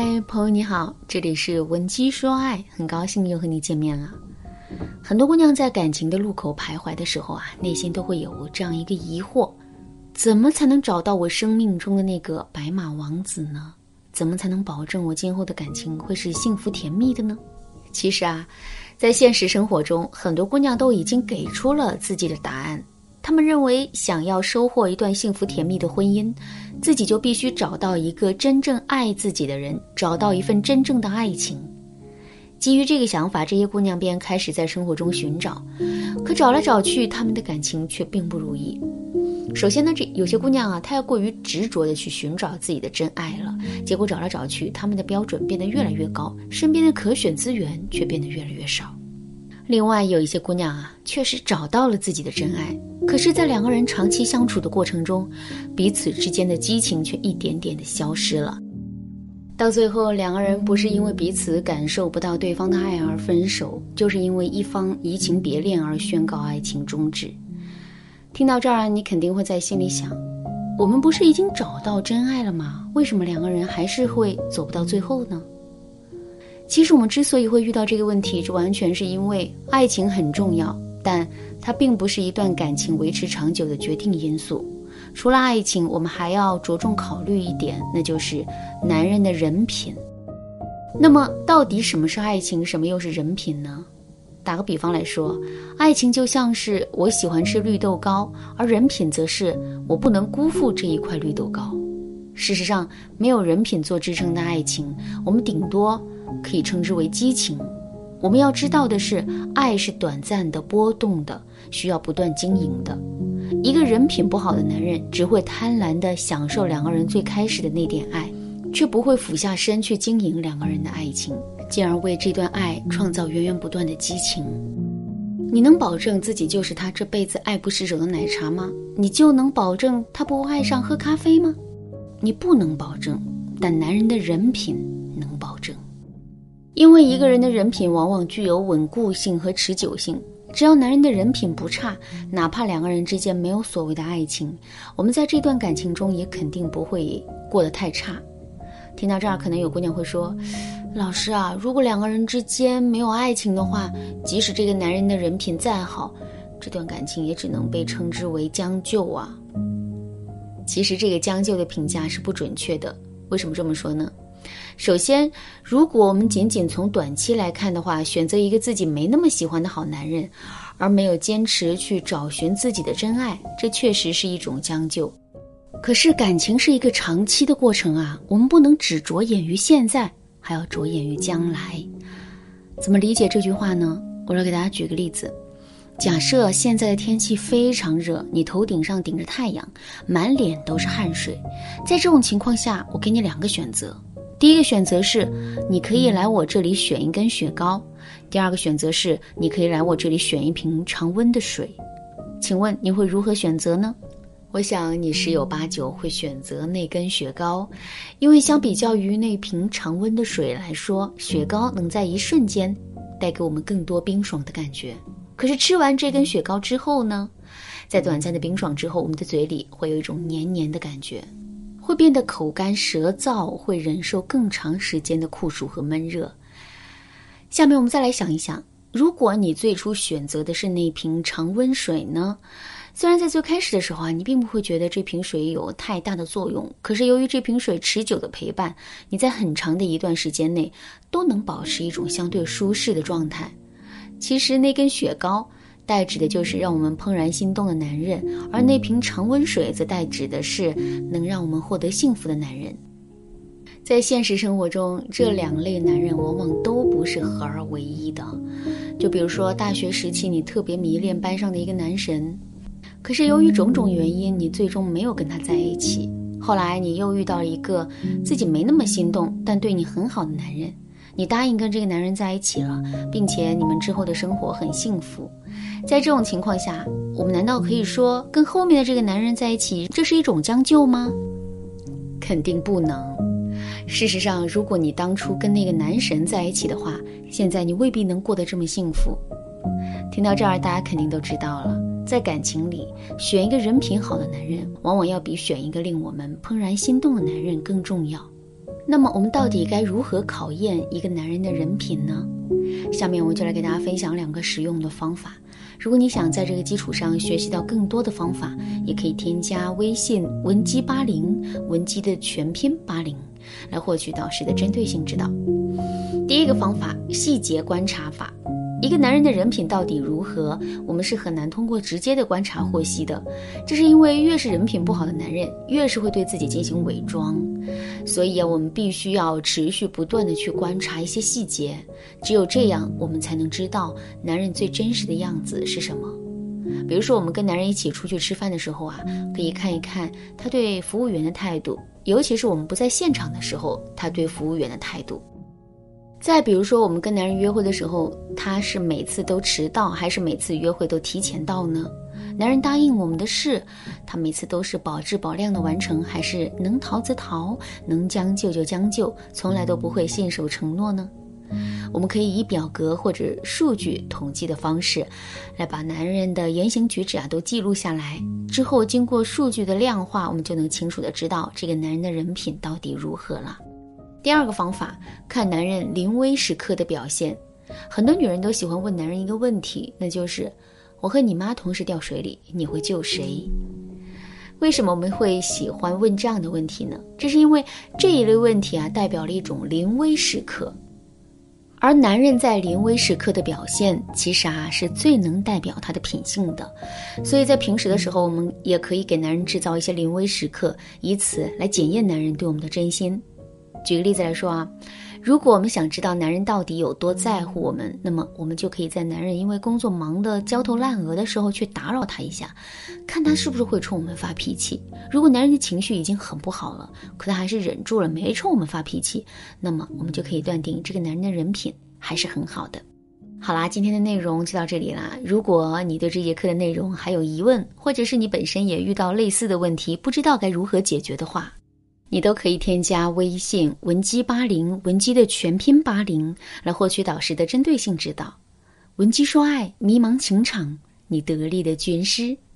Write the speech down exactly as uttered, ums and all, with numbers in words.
嗨，朋友你好，这里是文姬说爱，很高兴又和你见面了。很多姑娘在感情的路口徘徊的时候啊，内心都会有这样一个疑惑：怎么才能找到我生命中的那个白马王子呢？怎么才能保证我今后的感情会是幸福甜蜜的呢？其实啊，在现实生活中，很多姑娘都已经给出了自己的答案。她们认为，想要收获一段幸福甜蜜的婚姻，自己就必须找到一个真正爱自己的人，找到一份真正的爱情。基于这个想法，这些姑娘便开始在生活中寻找，可找来找去，她们的感情却并不如意。首先呢，这有些姑娘啊，她要过于执着的去寻找自己的真爱了，结果找来找去，她们的标准变得越来越高，身边的可选资源却变得越来越少。另外有一些姑娘啊，确实找到了自己的真爱，可是在两个人长期相处的过程中，彼此之间的激情却一点点的消失了。到最后，两个人不是因为彼此感受不到对方的爱而分手，就是因为一方移情别恋而宣告爱情终止。听到这儿，你肯定会在心里想，我们不是已经找到真爱了吗？为什么两个人还是会走不到最后呢？其实我们之所以会遇到这个问题，这完全是因为爱情很重要，但它并不是一段感情维持长久的决定因素。除了爱情，我们还要着重考虑一点，那就是男人的人品。那么到底什么是爱情，什么又是人品呢？打个比方来说，爱情就像是我喜欢吃绿豆糕，而人品则是我不能辜负这一块绿豆糕。事实上，没有人品做支撑的爱情，我们顶多可以称之为激情。我们要知道的是，爱是短暂的、波动的，需要不断经营的。一个人品不好的男人，只会贪婪地享受两个人最开始的那点爱，却不会俯下身去经营两个人的爱情，进而为这段爱创造源源不断的激情。你能保证自己就是他这辈子爱不释手的奶茶吗？你就能保证他不会爱上喝咖啡吗？你不能保证，但男人的人品能保证。因为一个人的人品往往具有稳固性和持久性，只要男人的人品不差，哪怕两个人之间没有所谓的爱情，我们在这段感情中也肯定不会过得太差。听到这儿，可能有姑娘会说，老师啊，如果两个人之间没有爱情的话，即使这个男人的人品再好，这段感情也只能被称之为将就啊。其实这个将就的评价是不准确的。为什么这么说呢？首先，如果我们仅仅从短期来看的话，选择一个自己没那么喜欢的好男人，而没有坚持去找寻自己的真爱，这确实是一种将就。可是感情是一个长期的过程啊，我们不能只着眼于现在，还要着眼于将来。怎么理解这句话呢？我来给大家举个例子。假设现在的天气非常热，你头顶上顶着太阳，满脸都是汗水。在这种情况下，我给你两个选择。第一个选择是，你可以来我这里选一根雪糕；第二个选择是，你可以来我这里选一瓶常温的水。请问你会如何选择呢？我想你十有八九会选择那根雪糕，因为相比较于那瓶常温的水来说，雪糕能在一瞬间带给我们更多冰爽的感觉。可是吃完这根雪糕之后呢，在短暂的冰爽之后，我们的嘴里会有一种黏黏的感觉，会变得口干舌燥，会忍受更长时间的酷暑和闷热。下面我们再来想一想，如果你最初选择的是那瓶常温水呢？虽然在最开始的时候啊，你并不会觉得这瓶水有太大的作用，可是由于这瓶水持久的陪伴，你在很长的一段时间内都能保持一种相对舒适的状态。其实那根雪糕代指的就是让我们怦然心动的男人，而那瓶常温水则代指的是能让我们获得幸福的男人。在现实生活中，这两类男人往往都不是合而为一的。就比如说大学时期你特别迷恋班上的一个男神，可是由于种种原因，你最终没有跟他在一起。后来你又遇到了一个自己没那么心动但对你很好的男人，你答应跟这个男人在一起了，并且你们之后的生活很幸福。在这种情况下，我们难道可以说跟后面的这个男人在一起，这是一种将就吗？肯定不能。事实上，如果你当初跟那个男神在一起的话，现在你未必能过得这么幸福。听到这儿，大家肯定都知道了，在感情里，选一个人品好的男人，往往要比选一个令我们怦然心动的男人更重要。 那么我们到底该如何考验一个男人的人品呢？下面我就来给大家分享两个实用的方法。如果你想在这个基础上学习到更多的方法，也可以添加微信文姬八零，文姬的全拼八零，来获取导师的针对性指导。第一个方法，细节观察法。一个男人的人品到底如何，我们是很难通过直接的观察获悉的。这是因为越是人品不好的男人，越是会对自己进行伪装。所以啊，我们必须要持续不断的去观察一些细节，只有这样，我们才能知道男人最真实的样子是什么。比如说，我们跟男人一起出去吃饭的时候啊，可以看一看他对服务员的态度，尤其是我们不在现场的时候，他对服务员的态度。再比如说，我们跟男人约会的时候，他是每次都迟到，还是每次约会都提前到呢？男人答应我们的事，他每次都是保质保量的完成，还是能逃则逃，能将就就将就，从来都不会信守承诺呢？我们可以以表格或者数据统计的方式，来把男人的言行举止啊都记录下来。之后经过数据的量化，我们就能清楚的知道这个男人的人品到底如何了。第二个方法，看男人临危时刻的表现。很多女人都喜欢问男人一个问题，那就是我和你妈同时掉水里，你会救谁？为什么我们会喜欢问这样的问题呢？这是因为这一类问题啊，代表了一种临危时刻。而男人在临危时刻的表现，其实啊是最能代表他的品性的。所以在平时的时候，我们也可以给男人制造一些临危时刻，以此来检验男人对我们的真心。举个例子来说啊，如果我们想知道男人到底有多在乎我们，那么我们就可以在男人因为工作忙得焦头烂额的时候去打扰他一下，看他是不是会冲我们发脾气。如果男人的情绪已经很不好了，可他还是忍住了没冲我们发脾气，那么我们就可以断定这个男人的人品还是很好的。好啦，今天的内容就到这里啦。如果你对这节课的内容还有疑问，或者是你本身也遇到类似的问题，不知道该如何解决的话，你都可以添加微信文姬八零，文姬的全拼八零，来获取导师的针对性指导。文姬说爱，迷茫情场，你得力的军师。